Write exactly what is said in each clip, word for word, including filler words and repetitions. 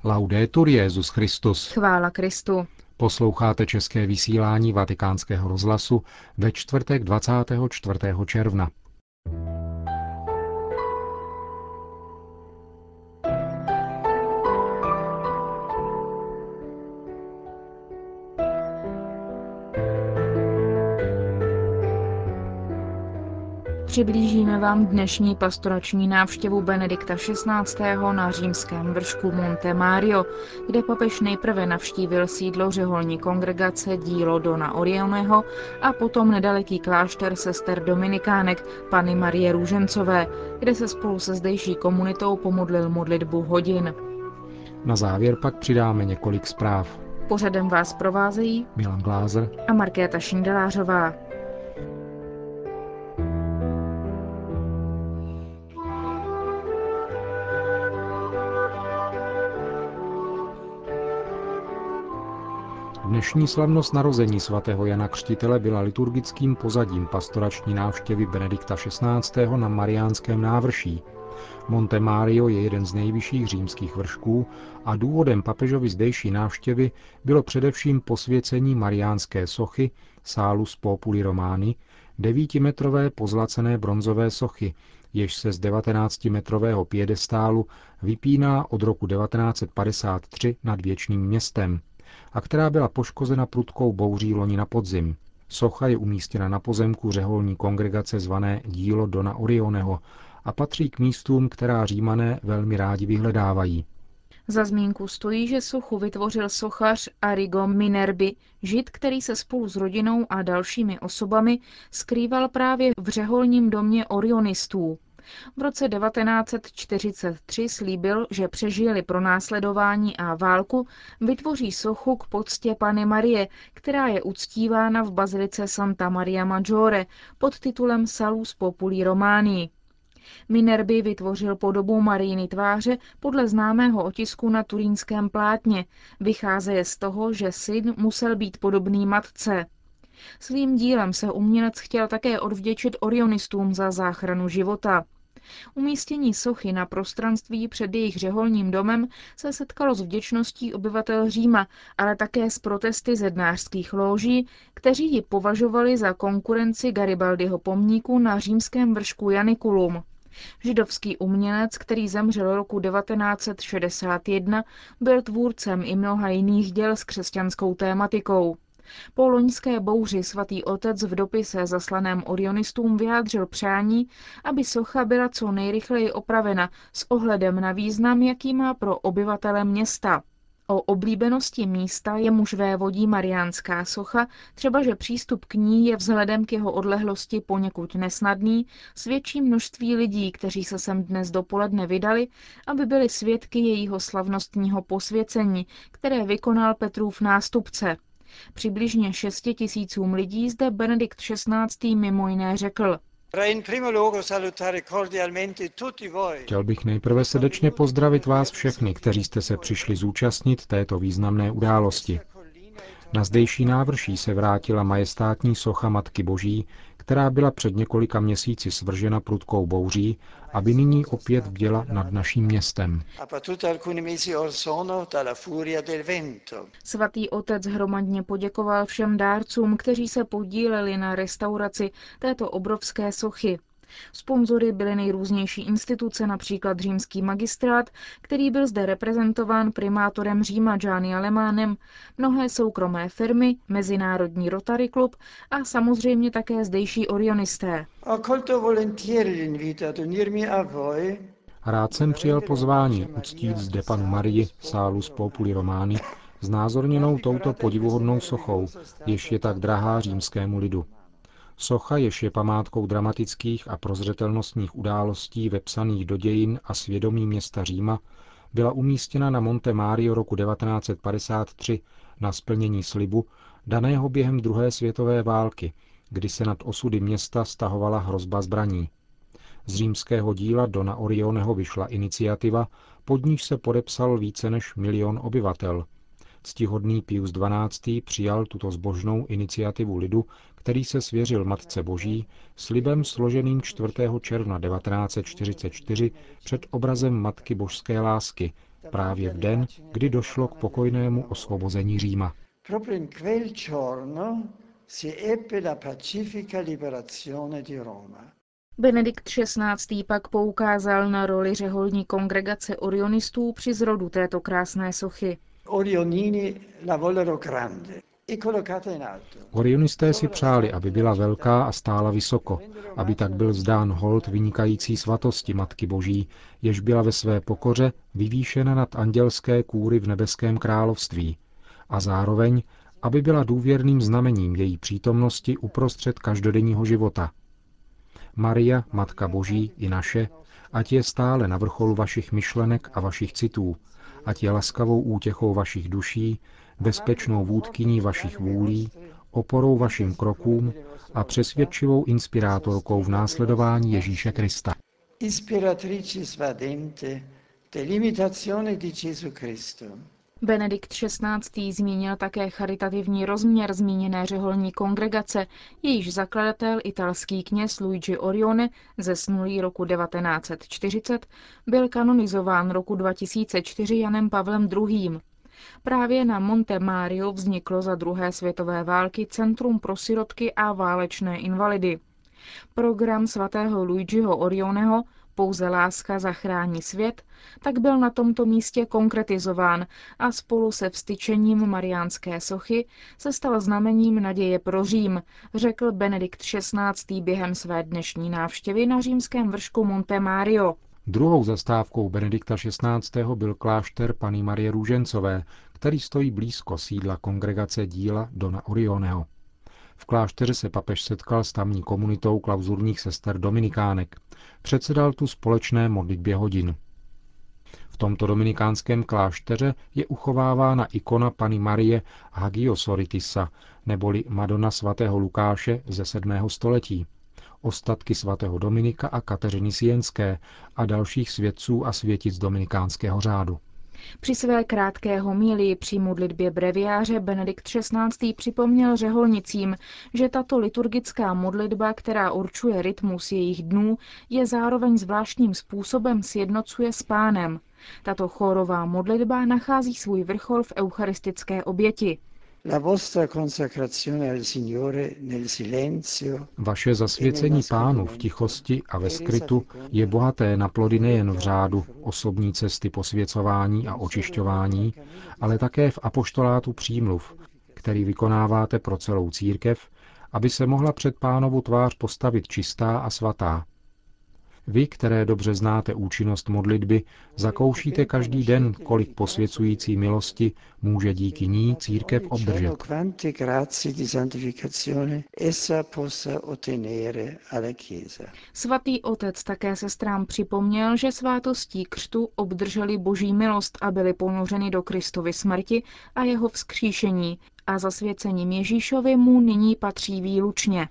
Laudetur Jesus Christus. Chvála Kristu. Posloucháte české vysílání Vatikánského rozhlasu ve čtvrtek dvacátého čtvrtého června. Přiblížíme vám dnešní pastorační návštěvu Benedikta šestnáctého. na římském vršku Monte Mario, kde papež nejprve navštívil sídlo řeholní kongregace Dílo Dona Orioneho a potom nedaleký klášter sester dominikánek Panny Marie Růžencové, kde se spolu se zdejší komunitou pomodlil modlitbu hodin. Na závěr pak přidáme několik zpráv. Pořadem vás provázejí Milan Glázer a Markéta Šindelářová. Dnešní slavnost narození svatého Jana Křtitele byla liturgickým pozadím pastorační návštěvy Benedikta šestnáctého. na Mariánském návrší. Monte Mario je jeden z nejvyšších římských vršků a důvodem papežovy zdejší návštěvy bylo především posvěcení mariánské sochy Salus Populi Romani, devítimetrové pozlacené bronzové sochy, jež se z devatenáctimetrového piedestálu vypíná od roku devatenáct set padesát tři nad Věčným městem a která byla poškozena prudkou bouří loni na podzim. Socha je umístěna na pozemku řeholní kongregace zvané Dílo Dona Orioneho a patří k místům, která Římané velmi rádi vyhledávají. Za zmínku stojí, že sochu vytvořil sochař Arrigo Minerbi, Žid, který se spolu s rodinou a dalšími osobami skrýval právě v řeholním domě orionistů. V roce devatenáct set čtyřicet tři slíbil, že přežili pronásledování a válku, vytvoří sochu k poctě Panny Marie, která je uctívána v bazilice Santa Maria Maggiore pod titulem Salus Populi Romani. Minerbi vytvořil podobu Marijiny tváře podle známého otisku na turínském plátně. Vycházeje z toho, že syn musel být podobný matce. Svým dílem se umělec chtěl také odvděčit orionistům za záchranu života. Umístění sochy na prostranství před jejich řeholním domem se setkalo s vděčností obyvatel Říma, ale také s protesty zednářských lóží, kteří ji považovali za konkurenci Garibaldiho pomníku na římském vršku Janiculum. Židovský umělec, který zemřel roku devatenáct set šedesát jedna, byl tvůrcem i mnoha jiných děl s křesťanskou tématikou. Po loňské bouři svatý otec v dopise zaslaném orionistům vyjádřil přání, aby socha byla co nejrychleji opravena s ohledem na význam, jaký má pro obyvatele města. O oblíbenosti místa, jemuž vévodí mariánská socha, třeba že přístup k ní je vzhledem k jeho odlehlosti poněkud nesnadný, svědčí množství lidí, kteří se sem dnes dopoledne vydali, aby byli svědky jejího slavnostního posvěcení, které vykonal Petrův nástupce. Přibližně šesti tisícům lidí zde Benedikt šestnáctý. mimo jiné řekl: Chtěl bych nejprve srdečně pozdravit vás všechny, kteří jste se přišli zúčastnit této významné události. Na zdejší návrší se vrátila majestátní socha Matky Boží, která byla před několika měsíci svržena prudkou bouří, aby nyní opět bděla nad naším městem. Svatý otec hromadně poděkoval všem dárcům, kteří se podíleli na restauraci této obrovské sochy. Sponzory byly nejrůznější instituce, například římský magistrát, který byl zde reprezentován primátorem Říma Gianni Alemánem, mnohé soukromé firmy, Mezinárodní Rotary Club a samozřejmě také zdejší orionisté. Rád jsem přijal pozvání uctít zde Pannu Marii Salus Populi Romani, znázorněnou touto podivuhodnou sochou, jež je tak drahá římskému lidu. Socha, jež je památkou dramatických a prozřetelnostních událostí vepsaných do dějin a svědomí města Říma, byla umístěna na Monte Mario roku devatenáct set padesát tři na splnění slibu daného během druhé světové války, kdy se nad osudy města stahovala hrozba zbraní. Z římského díla Dona Orioneho vyšla iniciativa, pod níž se podepsal více než milion obyvatel. Ctihodný Pius dvanáctý. přijal tuto zbožnou iniciativu lidu, který se svěřil Matce Boží, slibem složeným čtvrtého června devatenáct set čtyřicet čtyři před obrazem Matky božské lásky, právě v den, kdy došlo k pokojnému osvobození Říma. Proprio in quel giorno si ebbe la pacifica liberazione di Roma. Benedikt šestnáctý pak poukázal na roli řeholní kongregace orionistů při zrodu této krásné sochy. Orionini la vollero grande e collocata in alto. Orionisté si přáli, aby byla velká a stála vysoko, aby tak byl vzdán hold vynikající svatosti Matky Boží, jež byla ve své pokoře vyvýšena nad andělské kůry v nebeském království, a zároveň, aby byla důvěrným znamením její přítomnosti uprostřed každodenního života. Maria, Matka Boží i naše, ať je stále na vrcholu vašich myšlenek a vašich citů, ať je laskavou útěchou vašich duší, bezpečnou vůdkyní vašich vůlí, oporou vašim krokům a přesvědčivou inspirátorkou v následování Ježíše Krista. Ispiratricis vadente dell'imitazione di Gesù Cristo. Benedikt šestnáctý zmínil také charitativní rozměr zmíněné řeholní kongregace, jejíž zakladatel, italský kněz Luigi Orione, zesnulý roku devatenáct set čtyřicet, byl kanonizován roku dva tisíce čtyři Janem Pavlem druhým. Právě na Monte Mario vzniklo za druhé světové války Centrum pro sirotky a válečné invalidy. Program svatého Luigiho Orioneho Pouze láska zachrání svět, tak byl na tomto místě konkretizován a spolu se vztyčením mariánské sochy se stal znamením naděje pro Řím, řekl Benedikt šestnáctý během své dnešní návštěvy na římském vršku Monte Mario. Druhou zastávkou Benedikta šestnáctého byl klášter Panny Marie Růžencové, který stojí blízko sídla kongregace díla Dona Orioneho. V klášteře se papež setkal s tamní komunitou klauzurních sester dominikánek. Předsedal tu společné modlitbě hodin. V tomto dominikánském klášteře je uchovávána ikona Panny Marie Hagiosoritisa, neboli Madonna svatého Lukáše ze sedmého století, ostatky svatého Dominika a Kateřiny Sienské a dalších svědců a světic dominikánského řádu. Při své krátké homílii při modlitbě breviáře Benedikt šestnáctý připomněl řeholnicím, že tato liturgická modlitba, která určuje rytmus jejich dnů, je zároveň zvláštním způsobem sjednocuje s Pánem. Tato chórová modlitba nachází svůj vrchol v eucharistické oběti. Vaše zasvěcení Pánu v tichosti a ve skrytu je bohaté na plody nejen v řádu osobní cesty posvěcování a očišťování, ale také v apoštolátu přímluv, který vykonáváte pro celou církev, aby se mohla před Pánovu tvář postavit čistá a svatá. Vy, které dobře znáte účinnost modlitby, zakoušíte každý den, kolik posvěcující milosti může díky ní církev obdržet. Svatý otec také sestrám připomněl, že svátostí křtu obdrželi boží milost a byli ponořeni do Kristovy smrti a jeho vzkříšení a zasvěcením Ježíšovi mu nyní patří výlučně.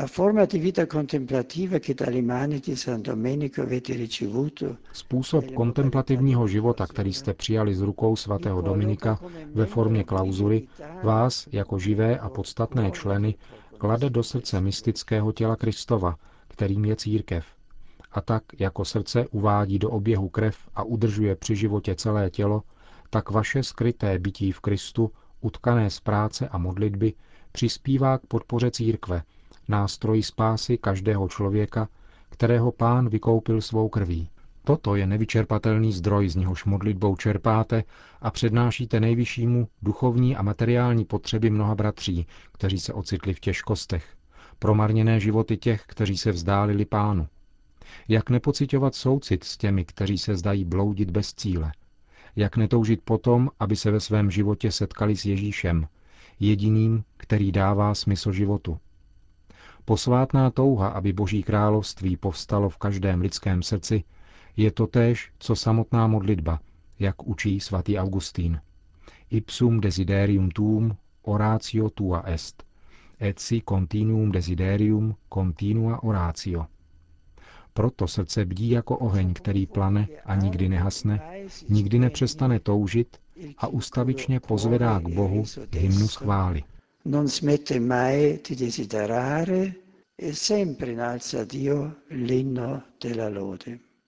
Způsob kontemplativního života, který jste přijali z rukou svatého Dominika ve formě klauzury, vás jako živé a podstatné členy klade do srdce mystického těla Kristova, kterým je církev. A tak, jako srdce uvádí do oběhu krev a udržuje při životě celé tělo, tak vaše skryté bytí v Kristu, utkané z práce a modlitby, přispívá k podpoře církve, nástroj spásy každého člověka, kterého Pán vykoupil svou krví. Toto je nevyčerpatelný zdroj, z něhož modlitbou čerpáte a přednášíte nejvyššímu duchovní a materiální potřeby mnoha bratří, kteří se ocitli v těžkostech, promarněné životy těch, kteří se vzdálili Pánu. Jak nepociťovat soucit s těmi, kteří se zdají bloudit bez cíle? Jak netoužit potom, aby se ve svém životě setkali s Ježíšem, jediným, který dává smysl životu? Posvátná touha, aby Boží království povstalo v každém lidském srdci, je totéž, co samotná modlitba, jak učí svatý Augustín. Ipsum desiderium tuum oratio tua est, et si continuum desiderium continua oratio. Proto srdce bdí jako oheň, který plane a nikdy nehasne, nikdy nepřestane toužit a ustavičně pozvedá k Bohu hymnus chvály. Non smette mai di desiderare e sempre innalza a Dio l'inno della lode.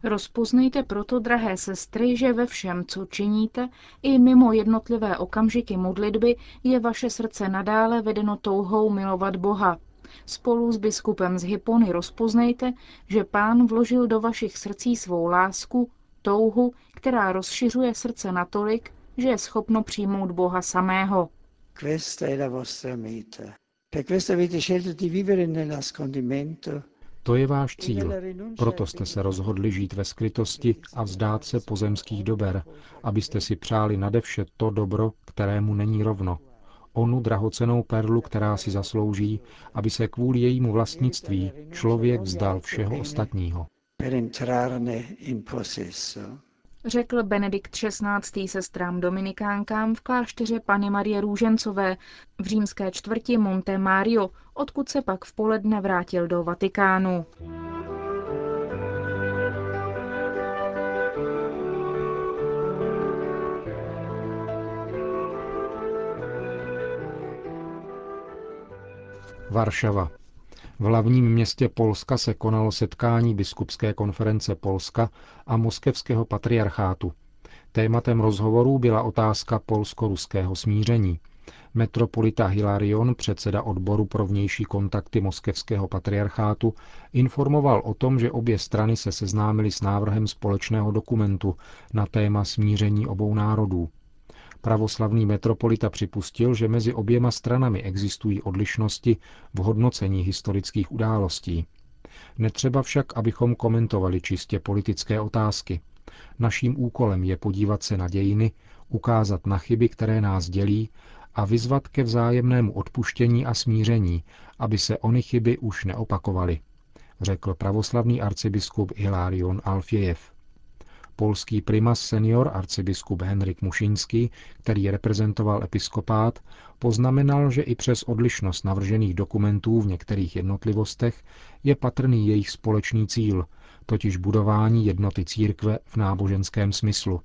Rozpoznejte proto, drahé sestry, že ve všem, co činíte, i mimo jednotlivé okamžiky modlitby, je vaše srdce nadále vedeno touhou milovat Boha. Spolu s biskupem z Hippony rozpoznejte, že Pán vložil do vašich srdcí svou lásku, touhu, která rozšiřuje srdce natolik, že je schopno přijmout Boha samého. Questa è la vostra meta. Per questo avete scelto di vivere nell'ascondimento. To je váš cíl. Proto jste se rozhodli žít ve skrytosti a vzdát se pozemských dober, abyste si přáli nade vše to dobro, kterému není rovno. Onu drahocennou perlu, která si zaslouží, aby se kvůli jejímu vlastnictví člověk vzdal všeho ostatního. Řekl Benedikt šestnáctý sestrám dominikánkám v klášteře Panny Marie Růžencové v římské čtvrti Monte Mario, odkud se pak v poledne vrátil do Vatikánu. Varšava. V hlavním městě Polska se konalo setkání biskupské konference Polska a moskevského patriarchátu. Tématem rozhovorů byla otázka polsko-ruského smíření. Metropolita Hilarion, předseda odboru pro vnější kontakty moskevského patriarchátu, informoval o tom, že obě strany se seznámily s návrhem společného dokumentu na téma smíření obou národů. Pravoslavný metropolita připustil, že mezi oběma stranami existují odlišnosti v hodnocení historických událostí. Netřeba však, abychom komentovali čistě politické otázky. Naším úkolem je podívat se na dějiny, ukázat na chyby, které nás dělí, a vyzvat ke vzájemnému odpuštění a smíření, aby se ony chyby už neopakovaly, řekl pravoslavný arcibiskup Hilarion Alfiejev. Polský primas senior arcibiskup Henryk Mušinský, který reprezentoval episkopát, poznamenal, že i přes odlišnost navržených dokumentů v některých jednotlivostech je patrný jejich společný cíl, totiž budování jednoty církve v náboženském smyslu.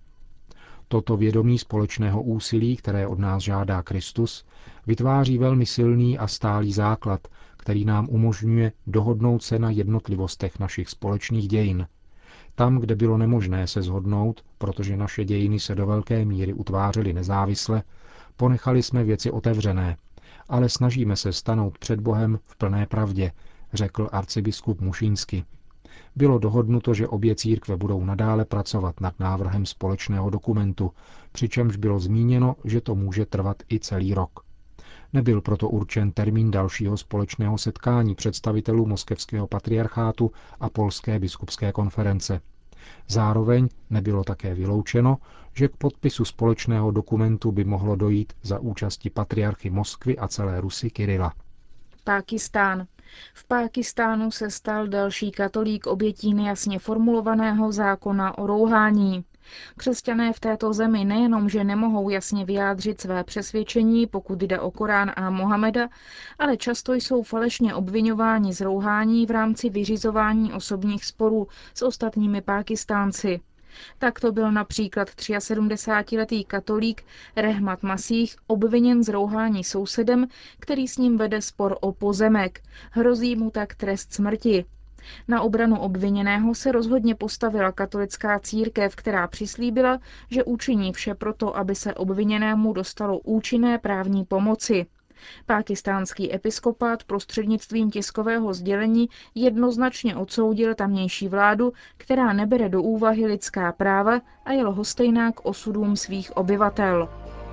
Toto vědomí společného úsilí, které od nás žádá Kristus, vytváří velmi silný a stálý základ, který nám umožňuje dohodnout se na jednotlivostech našich společných dějin. Tam, kde bylo nemožné se shodnout, protože naše dějiny se do velké míry utvářely nezávisle, ponechali jsme věci otevřené, ale snažíme se stanout před Bohem v plné pravdě, řekl arcibiskup Mušínsky. Bylo dohodnuto, že obě církve budou nadále pracovat nad návrhem společného dokumentu, přičemž bylo zmíněno, že to může trvat i celý rok. Nebyl proto určen termín dalšího společného setkání představitelů moskevského patriarchátu a polské biskupské konference. Zároveň nebylo také vyloučeno, že k podpisu společného dokumentu by mohlo dojít za účasti patriarchy Moskvy a celé Rusy Kirila. Pákistán. V Pákistánu se stal další katolík obětí nejasně formulovaného zákona o rouhání. Křesťané v této zemi nejenom, že nemohou jasně vyjádřit své přesvědčení, pokud jde o Korán a Mohameda, ale často jsou falešně obviňováni z rouhání v rámci vyřizování osobních sporů s ostatními Pákistánci. Tak to byl například sedmdesátitříletý katolík Rehmat Masíh obviněn z rouhání sousedem, který s ním vede spor o pozemek. Hrozí mu tak trest smrti. Na obranu obviněného se rozhodně postavila katolická církev, která přislíbila, že učiní vše proto, aby se obviněnému dostalo účinné právní pomoci. Pákistánský episkopát prostřednictvím tiskového sdělení jednoznačně odsoudil tamnější vládu, která nebere do úvahy lidská práva a je lhostejná k osudům svých obyvatel.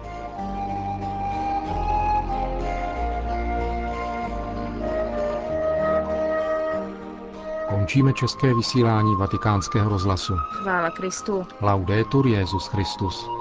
Končíme české vysílání Vatikánského rozhlasu. Chvála Kristu. Laudetur Jesus Christus.